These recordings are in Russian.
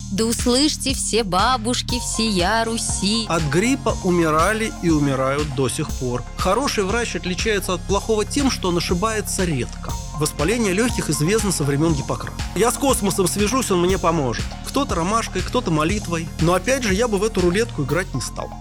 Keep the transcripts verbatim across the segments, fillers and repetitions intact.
Да услышьте все бабушки, всея Руси. От гриппа умирали и умирают до сих пор. Хороший врач отличается от плохого тем, что он ошибается редко. Воспаление легких известно со времен Гиппократа. Я с космосом свяжусь, он мне поможет. Кто-то ромашкой, кто-то молитвой. Но опять же, я бы в эту рулетку играть не стал.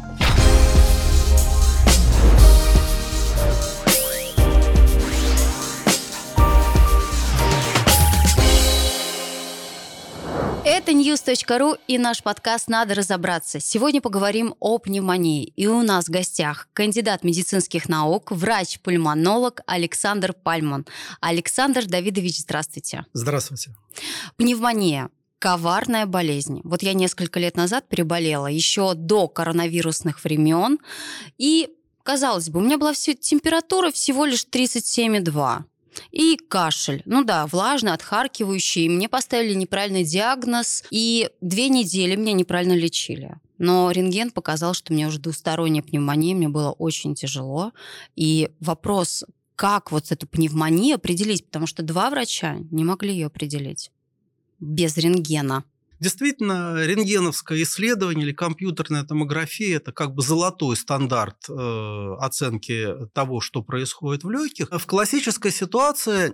Это ньюс точка ру и наш подкаст «Надо разобраться». Сегодня поговорим о пневмонии. И у нас в гостях кандидат медицинских наук, врач-пульмонолог Александр Пальмон. Александр Давидович, здравствуйте. Здравствуйте. Пневмония. Коварная болезнь. Вот я несколько лет назад переболела, еще до коронавирусных времен. И, казалось бы, у меня была все, температура всего лишь тридцать семь и два. И кашель. Ну да, влажный, отхаркивающий. Мне поставили неправильный диагноз, и две недели меня неправильно лечили. Но рентген показал, что у меня уже двусторонняя пневмония, мне было очень тяжело. И вопрос, как вот эту пневмонию определить, потому что два врача не могли ее определить без рентгена. Действительно, рентгеновское исследование или компьютерная томография – это как бы золотой стандарт э, оценки того, что происходит в легких. В классической ситуации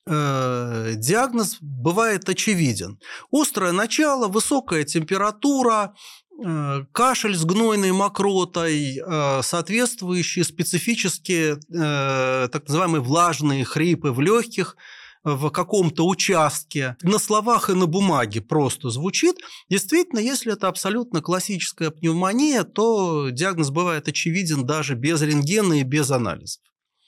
э, диагноз бывает очевиден. Острое начало, высокая температура, э, кашель с гнойной мокротой, э, соответствующие специфические э, так называемые влажные хрипы в легких, в каком-то участке, на словах и на бумаге просто звучит. Действительно, если это абсолютно классическая пневмония, то диагноз бывает очевиден даже без рентгена и без анализов.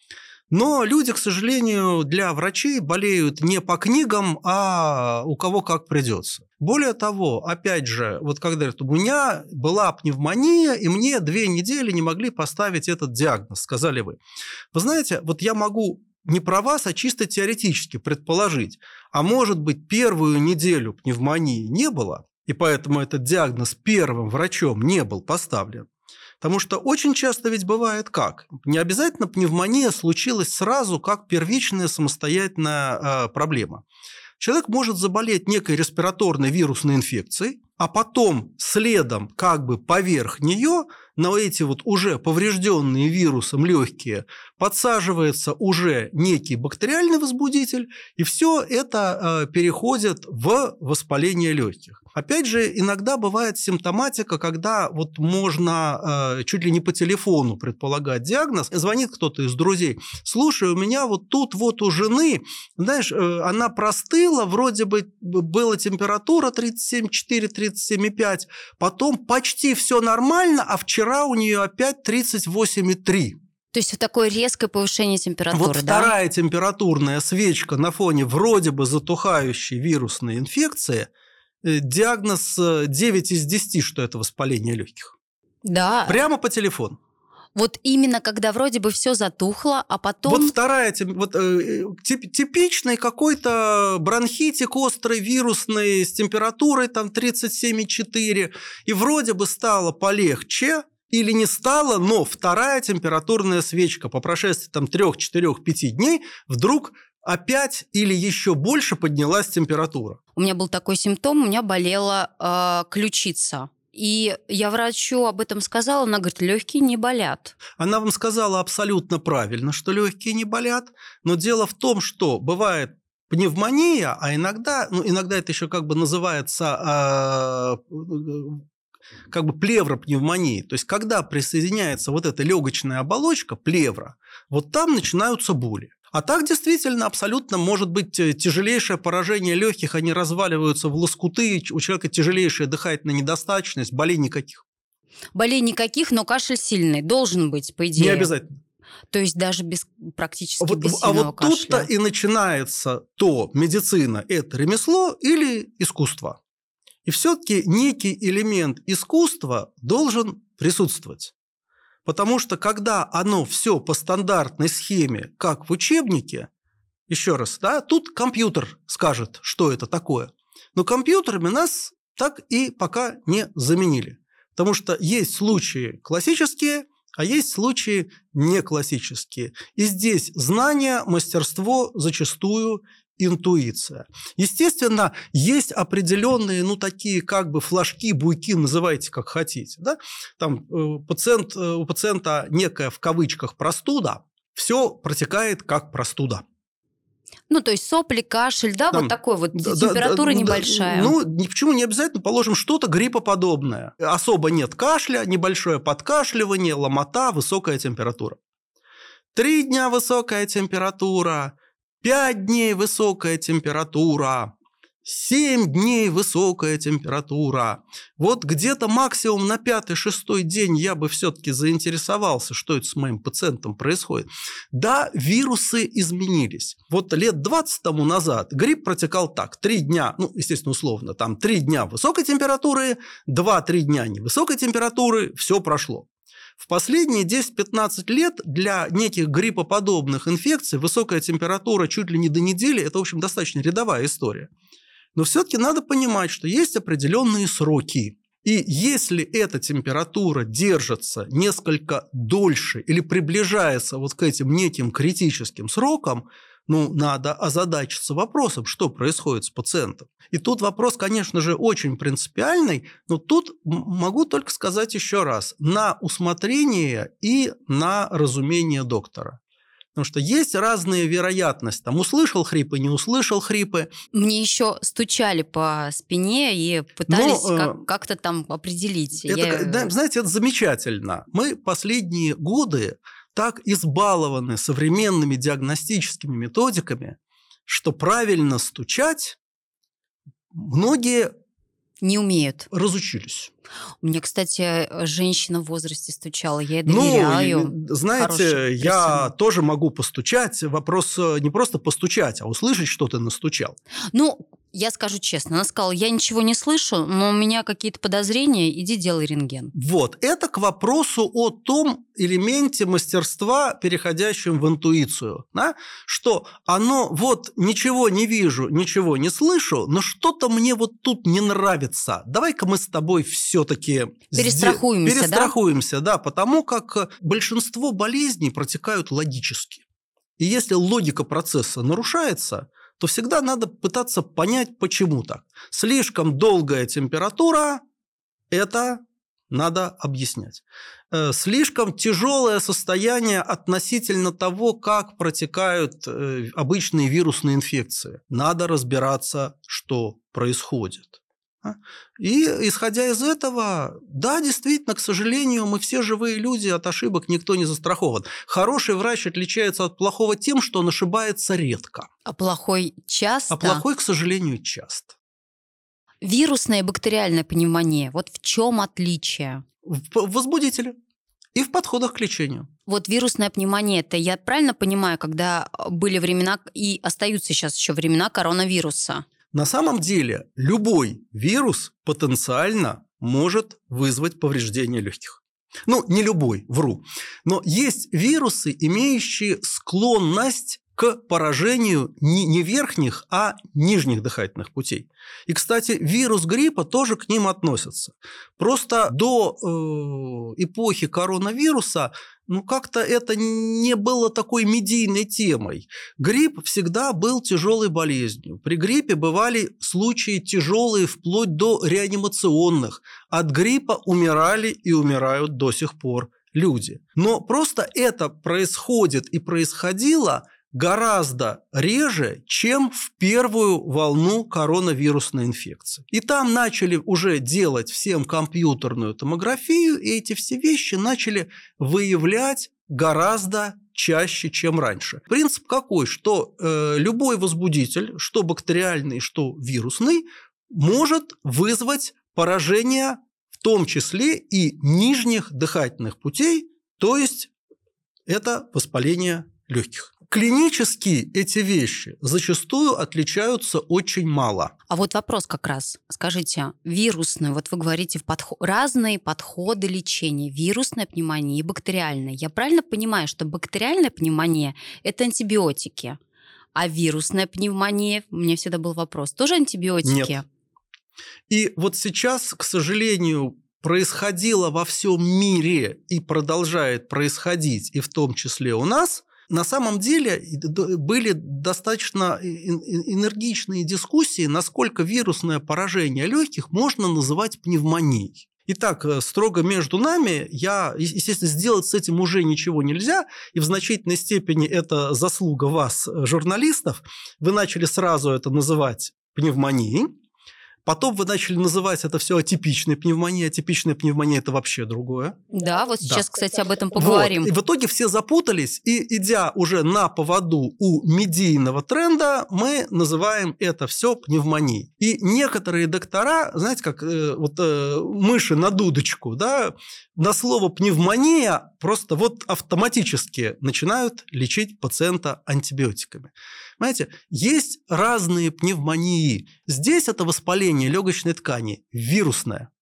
Но люди, к сожалению, для врачей болеют не по книгам, а у кого как придется. Более того, опять же, вот когда говорят, у меня была пневмония, и мне две недели не могли поставить этот диагноз, сказали вы. Вы знаете, вот я могу не про вас, а чисто теоретически предположить, а может быть, первую неделю пневмонии не было, и поэтому этот диагноз первым врачом не был поставлен. Потому что очень часто ведь бывает как? Не обязательно пневмония случилась сразу как первичная самостоятельная э, проблема. Человек может заболеть некой респираторной вирусной инфекцией, а потом следом как бы поверх нее на эти вот уже поврежденные вирусом легкие подсаживается уже некий бактериальный возбудитель, и все это э, переходит в воспаление легких. Опять же, иногда бывает симптоматика, когда вот можно э, чуть ли не по телефону предполагать диагноз. Звонит кто-то из друзей. Слушай, у меня вот тут вот у жены, знаешь, э, она простыла, вроде бы была температура тридцать семь и четыре - тридцать семь и пять, потом почти все нормально, а вчера у нее опять тридцать восемь и три. То есть вот такое резкое повышение температуры, вот да? Вторая температурная свечка на фоне вроде бы затухающей вирусной инфекции, диагноз девять из десяти, что это воспаление легких. Да. Прямо по телефону. Вот именно когда вроде бы все затухло, а потом... Вот вторая, вот, э, типичный какой-то бронхитик острый, вирусный, с температурой там тридцать семь и четыре, и вроде бы стало полегче, или не стало, но вторая температурная свечка по прошествии там трех, четырех, пяти дней вдруг опять или еще больше поднялась температура. У меня был такой симптом, у меня болела э, ключица. И я врачу об этом сказала, она говорит, легкие не болят. Она вам сказала абсолютно правильно, что легкие не болят, но дело в том, что бывает пневмония, а иногда, ну, иногда это еще как бы называется э, как бы плевропневмонией. То есть, когда присоединяется вот эта легочная оболочка, плевра, вот там начинаются боли. А так действительно абсолютно может быть тяжелейшее поражение легких, они разваливаются в лоскуты, у человека тяжелейшая дыхательная недостаточность, болей никаких. Болей никаких, но кашель сильный должен быть, по идее. Не обязательно. То есть даже без, практически вот, без а сильного вот кашля. тут-то и начинается то, медицина – это ремесло или искусство. И все-таки некий элемент искусства должен присутствовать. Потому что когда оно все по стандартной схеме, как в учебнике, еще раз, да, тут компьютер скажет, что это такое. Но компьютерами нас так и пока не заменили. Потому что есть случаи классические, а есть случаи неклассические. И здесь знание, мастерство зачастую интуиция. Естественно, есть определенные, ну, такие как бы флажки, буйки, называйте как хотите. Да? Там э, пациент, э, у пациента некая в кавычках простуда, все протекает как простуда. Ну, то есть сопли, кашель, да, Там, вот такой вот, да, температура да, небольшая. Ну, ни почему не обязательно, положим, что-то гриппоподобное. Особо нет кашля, небольшое подкашливание, ломота, высокая температура. Три дня высокая температура, пять дней высокая температура, семь дней высокая температура. Вот где-то максимум на пятый-шестой день я бы все-таки заинтересовался, что это с моим пациентом происходит. Да, вирусы изменились. Вот лет двадцать тому назад грипп протекал так. Три дня, ну, естественно, условно, там три дня высокой температуры, два-три дня невысокой температуры, все прошло. В последние десять-пятнадцать лет для неких гриппоподобных инфекций высокая температура чуть ли не до недели – это, в общем, достаточно рядовая история. Но все-таки надо понимать, что есть определенные сроки. И если эта температура держится несколько дольше или приближается вот к этим неким критическим срокам, ну, надо озадачиться вопросом, что происходит с пациентом. И тут вопрос, конечно же, очень принципиальный, но тут могу только сказать еще раз, на усмотрение и на разумение доктора. Потому что есть разные вероятности. Там услышал хрипы, не услышал хрипы. Мне еще стучали по спине и пытались Но, как- как-то там определить. Это, Я... да, знаете, это замечательно. Мы последние годы так избалованы современными диагностическими методиками, что правильно стучать многие Не умеют. разучились. У меня, кстати, женщина в возрасте стучала, я ей Ну, доверяю. знаете, Хороший я профессионал. тоже могу постучать. Вопрос не просто постучать, а услышать, что ты настучал. Ну, я скажу честно, она сказала, я ничего не слышу, но у меня какие-то подозрения, иди делай рентген. Вот, это к вопросу о том элементе мастерства, переходящем в интуицию, да? Что оно вот ничего не вижу, ничего не слышу, но что-то мне вот тут не нравится. Давай-ка мы с тобой все-таки Перестрахуемся, сде- перестрахуемся, да? да, потому как большинство болезней протекают логически. И если логика процесса нарушается, то всегда надо пытаться понять, почему так. Слишком долгая температура – это надо объяснять. Э, Слишком тяжелое состояние относительно того, как протекают э, обычные вирусные инфекции. Надо разбираться, что происходит. А? И исходя из этого, да, действительно, к сожалению, мы все живые люди, от ошибок никто не застрахован. Хороший врач отличается от плохого тем, что он ошибается редко, А плохой часто. а плохой, к сожалению, часто. Вирусная и бактериальная пневмония. Вот в чем отличие? В в возбудителе и в подходах к лечению. Вот вирусная пневмония, это я правильно понимаю, когда были времена и остаются сейчас еще времена коронавируса? На самом деле любой вирус потенциально может вызвать повреждение легких. Ну, не любой, вру. Но есть вирусы, имеющие склонность к поражению не, не верхних, а нижних дыхательных путей. И, кстати, вирус гриппа тоже к ним относится. Просто до э, эпохи коронавируса ну, как-то это не было такой медийной темой. Грипп всегда был тяжелой болезнью. При гриппе бывали случаи тяжелые вплоть до реанимационных. От гриппа умирали и умирают до сих пор люди. Но просто это происходит и происходило гораздо реже, чем в первую волну коронавирусной инфекции. И там начали уже делать всем компьютерную томографию, и эти все вещи начали выявлять гораздо чаще, чем раньше. Принцип какой? Что э, любой возбудитель, что бактериальный, что вирусный, может вызвать поражение в том числе и нижних дыхательных путей, то есть это воспаление легких. Клинически эти вещи зачастую отличаются очень мало. А вот вопрос как раз. Скажите, вирусные, вот вы говорите, в подход... разные подходы лечения. Вирусная пневмония и бактериальная. Я правильно понимаю, что бактериальная пневмония – это антибиотики, а вирусная пневмония, у меня всегда был вопрос, тоже антибиотики? Нет. И вот сейчас, к сожалению, происходило во всем мире и продолжает происходить, и в том числе у нас, на самом деле были достаточно энергичные дискуссии, насколько вирусное поражение легких можно называть пневмонией. Итак, строго между нами, я, естественно, сделать с этим уже ничего нельзя, и в значительной степени это заслуга вас, журналистов. Вы начали сразу это называть пневмонией. Потом вы начали называть это все атипичной пневмонией. Атипичная пневмония – это вообще другое. Да, вот сейчас, да. Кстати, об этом поговорим. Вот. И в итоге все запутались, и, идя уже на поводу у медийного тренда, мы называем это все пневмонией. И некоторые доктора, знаете, как э, вот, э, мыши на дудочку, да, на слово пневмония просто вот автоматически начинают лечить пациента антибиотиками. Понимаете, есть разные пневмонии. Здесь это воспаление легочной ткани вирусное.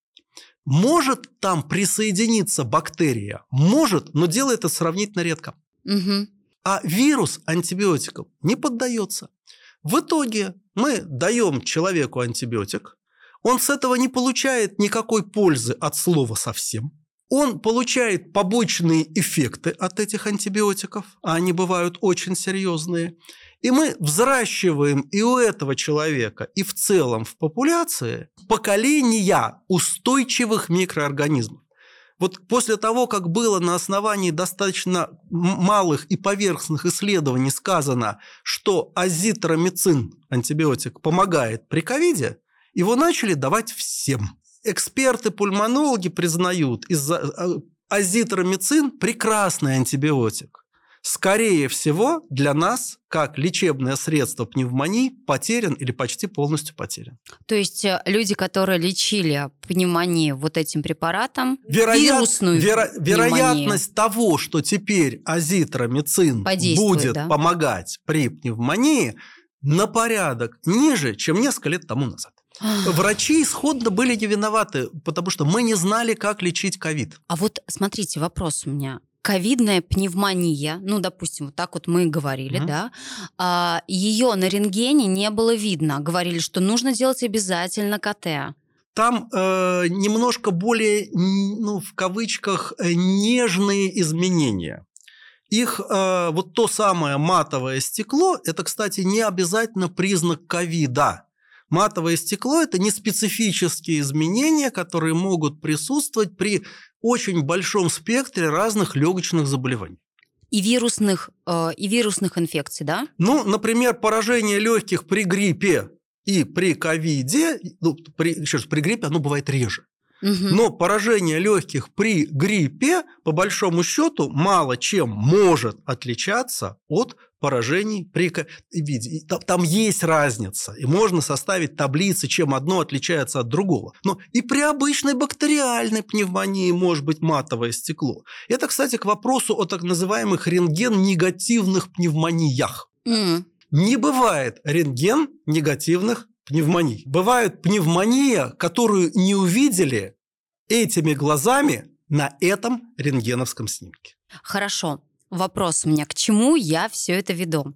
Может там присоединиться бактерия? Может, но делает это сравнительно редко. Угу. А вирус антибиотикам не поддается. В итоге мы даем человеку антибиотик, он с этого не получает никакой пользы от слова совсем. Он получает побочные эффекты от этих антибиотиков, а они бывают очень серьезные. И мы взращиваем и у этого человека, и в целом в популяции поколения устойчивых микроорганизмов. Вот после того, как было на основании достаточно малых и поверхностных исследований сказано, что азитромицин, антибиотик, помогает при ковиде, его начали давать всем. Эксперты-пульмонологи признают, из-за азитромицин – прекрасный антибиотик. Скорее всего, для нас, как лечебное средство пневмонии, потерян или почти полностью потерян. То есть люди, которые лечили пневмонию вот этим препаратом, Вероят... вирусную веро... пневмонию. Вероятность того, что теперь азитромицин будет да? помогать при пневмонии, на порядок ниже, чем несколько лет тому назад. Врачи исходно были не виноваты, потому что мы не знали, как лечить ковид. А вот смотрите, вопрос у меня. Ковидная пневмония, ну, допустим, вот так вот мы и говорили, mm-hmm. да, а, ее на рентгене не было видно. Говорили, что нужно делать обязательно КТ. Там э, немножко более, ну, в кавычках, нежные изменения. Их, э, вот то самое матовое стекло, это, кстати, не обязательно признак ковида. Матовое стекло – это неспецифические изменения, которые могут присутствовать при очень большом спектре разных легочных заболеваний. И вирусных, э, и вирусных инфекций, да? Ну, например, поражение легких при гриппе и при ковиде, ну, при, еще раз, при гриппе оно бывает реже. Угу. Но поражение легких при гриппе, по большому счету, мало чем может отличаться от поражений при ковиде. Там есть разница, и можно составить таблицы, чем одно отличается от другого. Но и при обычной бактериальной пневмонии может быть матовое стекло. Это, кстати, к вопросу о так называемых рентген-негативных пневмониях. Mm. Не бывает рентген-негативных пневмоний. Бывает пневмония, которую не увидели этими глазами на этом рентгеновском снимке. Хорошо. Вопрос у меня, к чему я все это веду?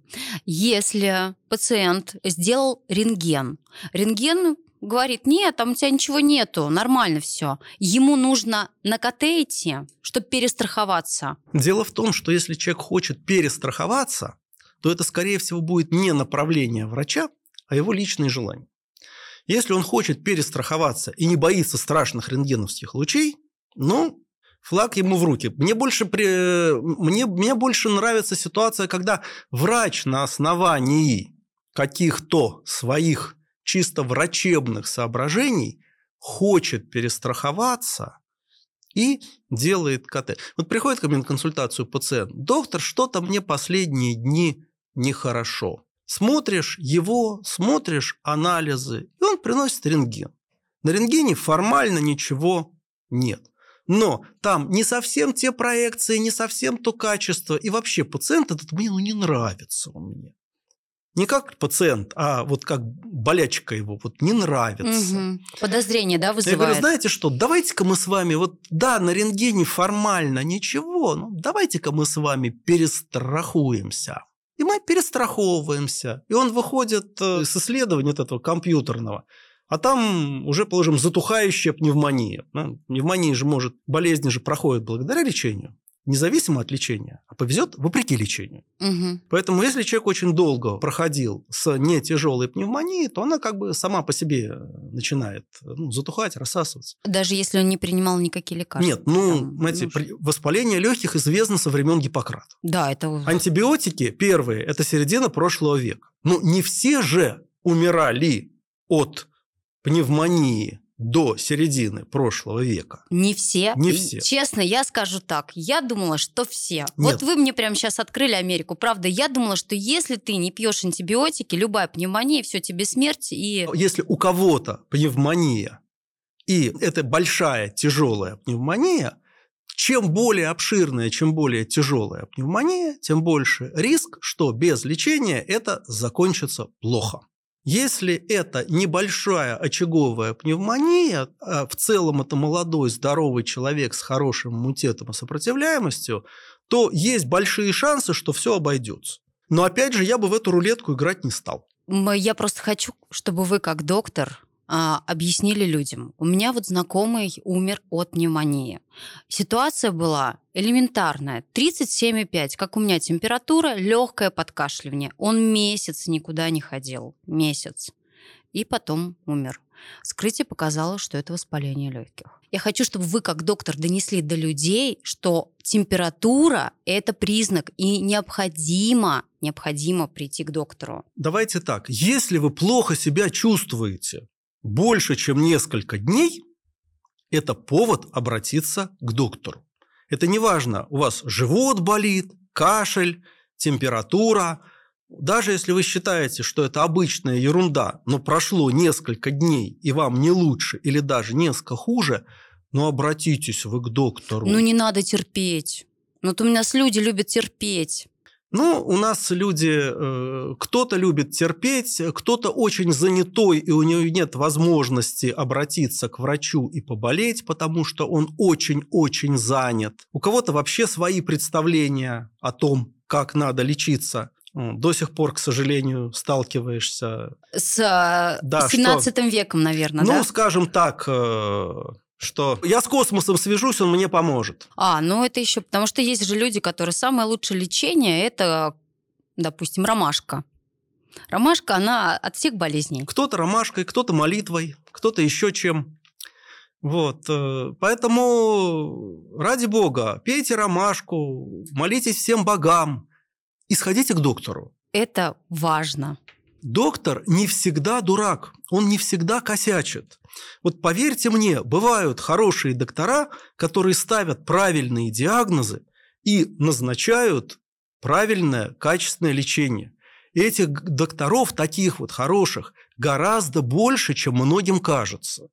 Если пациент сделал рентген, рентген говорит, нет, там у тебя ничего нету, нормально все. Ему нужно на КТ идти, чтобы перестраховаться. Дело в том, что если человек хочет перестраховаться, то это, скорее всего, будет не направление врача, а его личные желания. Если он хочет перестраховаться и не боится страшных рентгеновских лучей, ну, флаг ему в руки. Мне больше, при... мне, мне больше нравится ситуация, когда врач на основании каких-то своих чисто врачебных соображений хочет перестраховаться и делает КТ. Вот приходит ко мне на консультацию пациент. Доктор, что-то мне последние дни нехорошо. Смотришь его, смотришь анализы, и он приносит рентген. На рентгене формально ничего нет. Но там не совсем те проекции, не совсем то качество. И вообще пациент этот мне ну, не нравится он мне. Не как пациент, а вот как болячка его, вот не нравится. Угу. Подозрение, да, вызывает? Я говорю, знаете что, давайте-ка мы с вами, вот да, на рентгене формально ничего, но давайте-ка мы с вами перестрахуемся. И мы перестраховываемся. И он выходит с исследования вот этого компьютерного, а там уже, положим, затухающая пневмония. Пневмония же может, болезни же проходят благодаря лечению. независимо от лечения, а повезет вопреки лечению. Угу. Поэтому если человек очень долго проходил с нетяжелой пневмонией, то она как бы сама по себе начинает ну, затухать, рассасываться. Даже если он не принимал никакие лекарства? Нет, ну, там, знаете, ну, воспаление легких известно со времен Гиппократа. Да, это... Антибиотики первые – это середина прошлого века. Но не все же умирали от пневмонии до середины прошлого века. Не все. Не И, все. честно, я скажу так. Я думала, что все. Нет. Вот вы мне прямо сейчас открыли Америку. Правда, я думала, что если ты не пьешь антибиотики, любая пневмония, все, тебе смерть. И... Если у кого-то пневмония, и это большая тяжелая пневмония, чем более обширная, чем более тяжелая пневмония, тем больше риск, что без лечения это закончится плохо. Если это небольшая очаговая пневмония, а в целом это молодой, здоровый человек с хорошим иммунитетом и сопротивляемостью, то есть большие шансы, что все обойдется. Но опять же, я бы в эту рулетку играть не стал. Я просто хочу, чтобы вы, как доктор, объяснили людям. У меня вот знакомый умер от пневмонии. Ситуация была элементарная. тридцать семь и пять, как у меня температура, легкое подкашливание. Он месяц никуда не ходил. Месяц. И потом умер. Вскрытие показало, что это воспаление легких. Я хочу, чтобы вы, как доктор, донесли до людей, что температура – это признак, и необходимо, необходимо прийти к доктору. Давайте так. Если вы плохо себя чувствуете больше, чем несколько дней, это повод обратиться к доктору. Это не важно, у вас живот болит, кашель, температура. Даже если вы считаете, что это обычная ерунда, но прошло несколько дней, и вам не лучше или даже несколько хуже, ну обратитесь вы к доктору. Ну не надо терпеть. Ну вот у нас люди любят терпеть. Ну, у нас люди, э, кто-то любит терпеть, кто-то очень занятой, и у него нет возможности обратиться к врачу и поболеть, потому что он очень-очень занят. У кого-то вообще свои представления о том, как надо лечиться. До сих пор, к сожалению, сталкиваешься... С да, семнадцатым веком, наверное, ну, да? Ну, скажем так... Э, что я с космосом свяжусь, он мне поможет. А, ну это еще, потому что есть же люди, которые самое лучшее лечение – это, допустим, ромашка. Ромашка, она от всех болезней. Кто-то ромашкой, кто-то молитвой, кто-то еще чем. Вот. Поэтому, ради бога, пейте ромашку, молитесь всем богам и сходите к доктору. Это важно. Доктор не всегда дурак, он не всегда косячит. Вот поверьте мне, бывают хорошие доктора, которые ставят правильные диагнозы и назначают правильное, качественное лечение. И этих докторов, таких вот хороших, гораздо больше, чем многим кажется.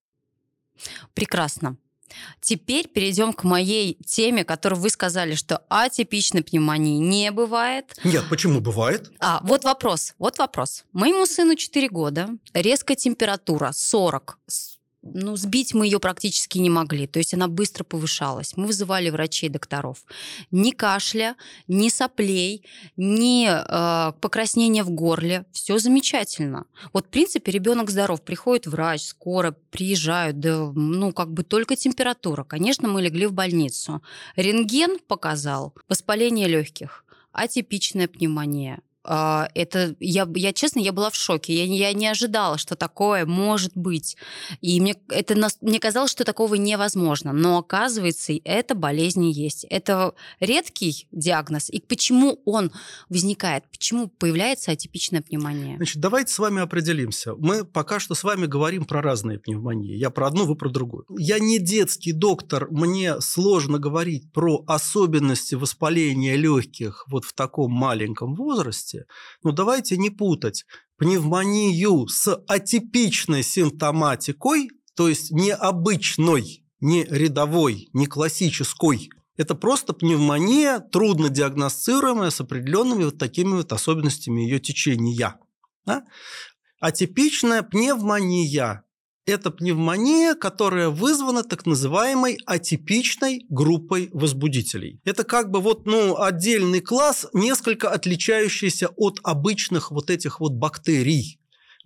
Прекрасно. Теперь перейдем к моей теме, которую вы сказали, что атипичной пневмонии не бывает. Нет, почему бывает? А, вот вопрос, вот вопрос. Моему сыну четыре года, резкая температура сорок. Ну, сбить мы ее практически не могли, то есть она быстро повышалась. Мы вызывали врачей, докторов. Ни кашля, ни соплей, ни э, покраснения в горле. Все замечательно. Вот, в принципе, ребенок здоров. Приходит врач, скоро приезжают, да, ну, как бы только температура. Конечно, мы легли в больницу. Рентген показал воспаление легких, атипичная пневмония. Это, я, я, честно, я была в шоке. Я, я не ожидала, что такое может быть. И мне, это, мне казалось, что такого невозможно. Но оказывается, эта болезнь есть. Это редкий диагноз. И почему он возникает? Почему появляется атипичная пневмония? Значит, давайте с вами определимся. Мы пока что с вами говорим про разные пневмонии. Я про одну, вы про другую. Я не детский доктор. Мне сложно говорить про особенности воспаления легких вот в таком маленьком возрасте. Но давайте не путать пневмонию с атипичной симптоматикой, то есть необычной, не рядовой, не классической. Это просто пневмония, трудно диагностируемая с определенными вот такими вот особенностями ее течения. Да? Атипичная пневмония – это пневмония, которая вызвана так называемой атипичной группой возбудителей. Это как бы вот, ну, отдельный класс, несколько отличающийся от обычных вот этих вот бактерий.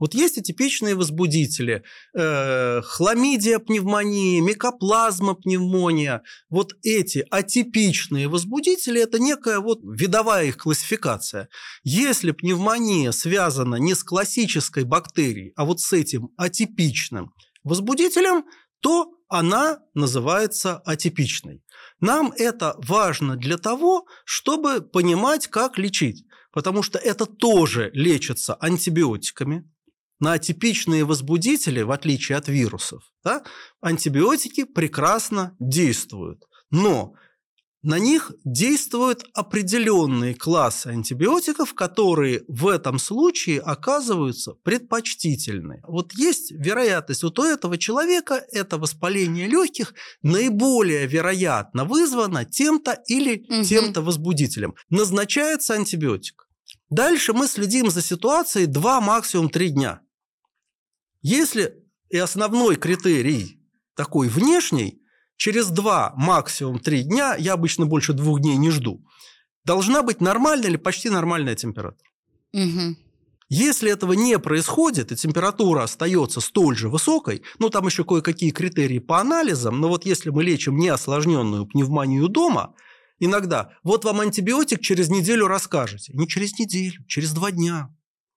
Вот есть атипичные возбудители, э, хламидия пневмонии, микоплазма пневмония. Вот эти атипичные возбудители – это некая вот видовая их классификация. Если пневмония связана не с классической бактерией, а вот с этим атипичным возбудителем, то она называется атипичной. Нам это важно для того, чтобы понимать, как лечить, потому что это тоже лечится антибиотиками. На атипичные возбудители, в отличие от вирусов, да, антибиотики прекрасно действуют, но на них действуют определенные классы антибиотиков, которые в этом случае оказываются предпочтительны. Вот есть вероятность, вот у этого человека это воспаление легких наиболее вероятно вызвано тем-то или угу. тем-то возбудителем. Назначается антибиотик. Дальше мы следим за ситуацией два, максимум три дня. Если и основной критерий такой внешний, через два, максимум три дня, я обычно больше двух дней не жду, должна быть нормальная или почти нормальная температура. Угу. Если этого не происходит, и температура остается столь же высокой, ну, там еще кое-какие критерии по анализам, но вот если мы лечим неосложненную пневмонию дома, иногда вот вам антибиотик через неделю расскажете. Не через неделю, через два дня.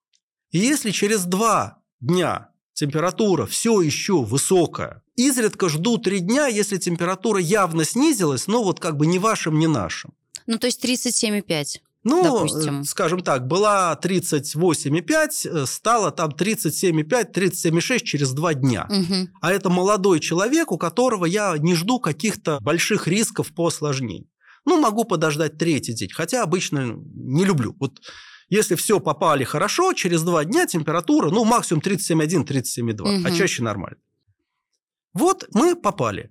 И если через два дня температура все еще высокая, изредка жду три дня, если температура явно снизилась, но вот как бы ни вашим, ни нашим. Ну, то есть тридцать семь и пять, ну, допустим. Скажем так, была тридцать восемь и пять, стала там тридцать семь и пять, тридцать семь и шесть через два дня. Угу. А это молодой человек, у которого я не жду каких-то больших рисков по осложнению. Ну, могу подождать третий день, хотя обычно не люблю. Вот если все попали хорошо, через два дня температура, ну, максимум тридцать семь и один, тридцать семь и два, угу. а чаще нормально. Вот мы попали.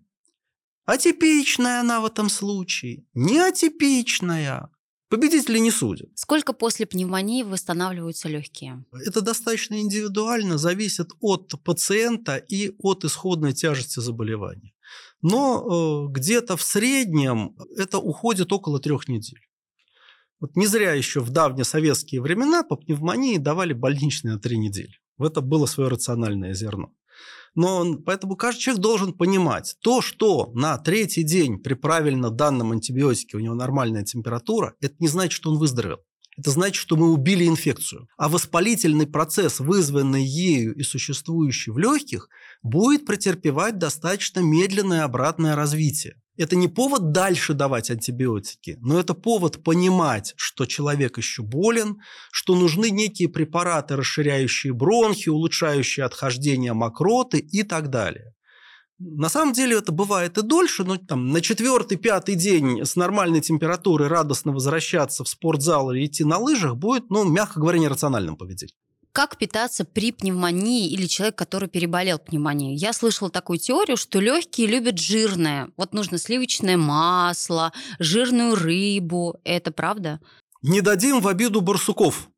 Атипичная она в этом случае, не атипичная. Победители не судят. Сколько после пневмонии восстанавливаются легкие? Это достаточно индивидуально, зависит от пациента и от исходной тяжести заболевания. Но э, где-то в среднем это уходит около трех недель. Вот не зря еще в давние советские времена по пневмонии давали больничные на три недели. В это было свое рациональное зерно. Но поэтому каждый человек должен понимать, то, что на третий день при правильно данном антибиотике у него нормальная температура, это не значит, что он выздоровел. Это значит, что мы убили инфекцию. А воспалительный процесс, вызванный ею и существующий в легких, будет претерпевать достаточно медленное обратное развитие. Это не повод дальше давать антибиотики, но это повод понимать, что человек еще болен, что нужны некие препараты, расширяющие бронхи, улучшающие отхождение мокроты и так далее. На самом деле это бывает и дольше, но там, на четвертый-пятый день с нормальной температурой радостно возвращаться в спортзал или идти на лыжах будет, ну, мягко говоря, нерациональным поведением. Как питаться при пневмонии или человек, который переболел пневмонией? Я слышала такую теорию, что легкие любят жирное. Вот нужно сливочное масло, жирную рыбу. Это правда? Не дадим в обиду барсуков.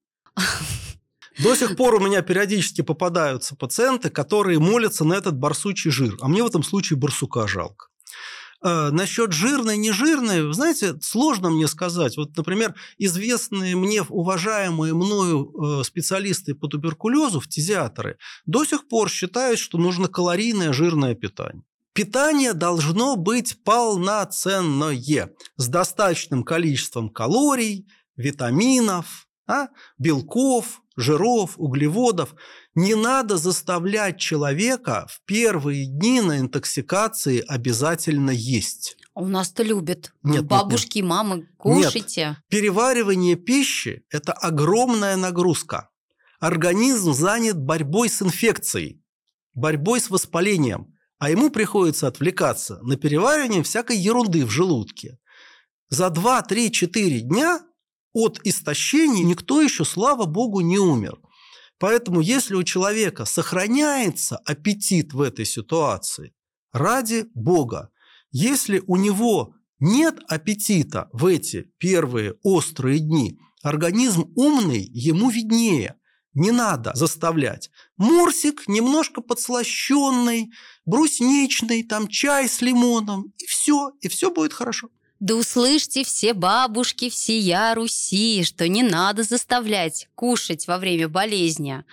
До сих пор у меня периодически попадаются пациенты, которые молятся на этот барсучий жир. А мне в этом случае барсука жалко. Э, насчет жирной, не жирной, вы знаете, сложно мне сказать. Вот, например, известные мне, уважаемые мною специалисты по туберкулезу, фтизиатры, до сих пор считают, что нужно калорийное жирное питание. Питание должно быть полноценное, с достаточным количеством калорий, витаминов, а, белков, жиров, углеводов. Не надо заставлять человека в первые дни на интоксикации обязательно есть. У нас-то любят. Нет, бабушки, нет, нет. мамы, кушайте. Нет. Переваривание пищи – это огромная нагрузка. Организм занят борьбой с инфекцией, борьбой с воспалением, а ему приходится отвлекаться на переваривание всякой ерунды в желудке. За два, три, четыре дня от истощения никто еще, слава богу, не умер. Поэтому, если у человека сохраняется аппетит в этой ситуации, ради бога, если у него нет аппетита в эти первые острые дни, организм умный, ему виднее. Не надо заставлять. Морсик немножко подслащенный, брусничный, там чай с лимоном, и все, и все будет хорошо. Да услышьте все бабушки всея Руси, что не надо заставлять кушать во время болезни.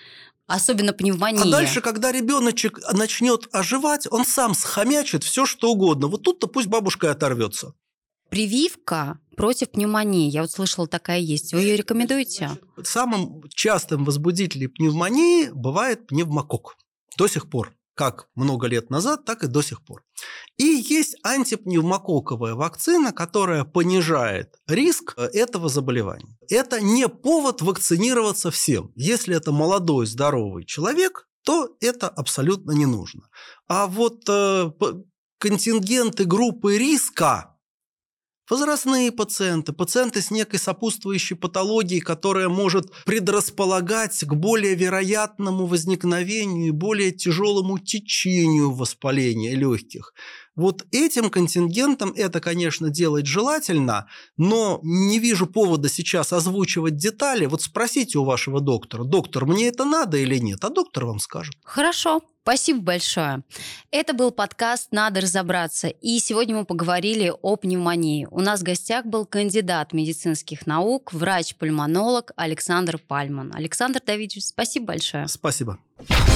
Особенно пневмония. А дальше, когда ребеночек начнет оживать, он сам схомячит все, что угодно. Вот тут-то пусть бабушка и оторвется. Прививка против пневмонии. Я вот слышала, такая есть. Вы ее рекомендуете? Самым частым возбудителем пневмонии бывает пневмококк. До сих пор. Как много лет назад, так и до сих пор. И есть антипневмококковая вакцина, которая понижает риск этого заболевания. Это не повод вакцинироваться всем. Если это молодой, здоровый человек, то это абсолютно не нужно. А вот э, контингенты группы риска, возрастные пациенты, пациенты с некой сопутствующей патологией, которая может предрасполагать к более вероятному возникновению и более тяжелому течению воспаления легких. Вот этим контингентом это, конечно, делать желательно, но не вижу повода сейчас озвучивать детали. Вот спросите у вашего доктора: доктор, мне это надо или нет? А доктор вам скажет. Хорошо. Спасибо большое. Это был подкаст «Надо разобраться». И сегодня мы поговорили о пневмонии. У нас в гостях был кандидат медицинских наук, врач-пульмонолог Александр Пальман. Александр Давидович, спасибо большое. Спасибо.